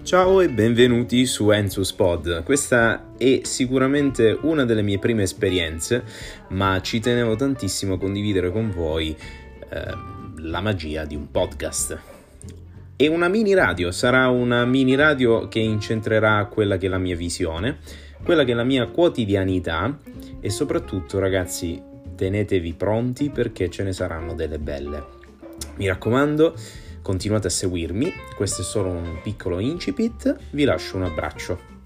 Ciao e benvenuti su Ensus Pod. Questa è sicuramente una delle mie prime esperienze, ma ci tenevo tantissimo a condividere con voi la magia di un podcast. È una mini radio, sarà una mini radio che incentrerà quella che è la mia visione, quella che è la mia quotidianità e soprattutto, ragazzi, tenetevi pronti perché ce ne saranno delle belle. Mi raccomando, continuate a seguirmi, questo è solo un piccolo incipit, vi lascio un abbraccio.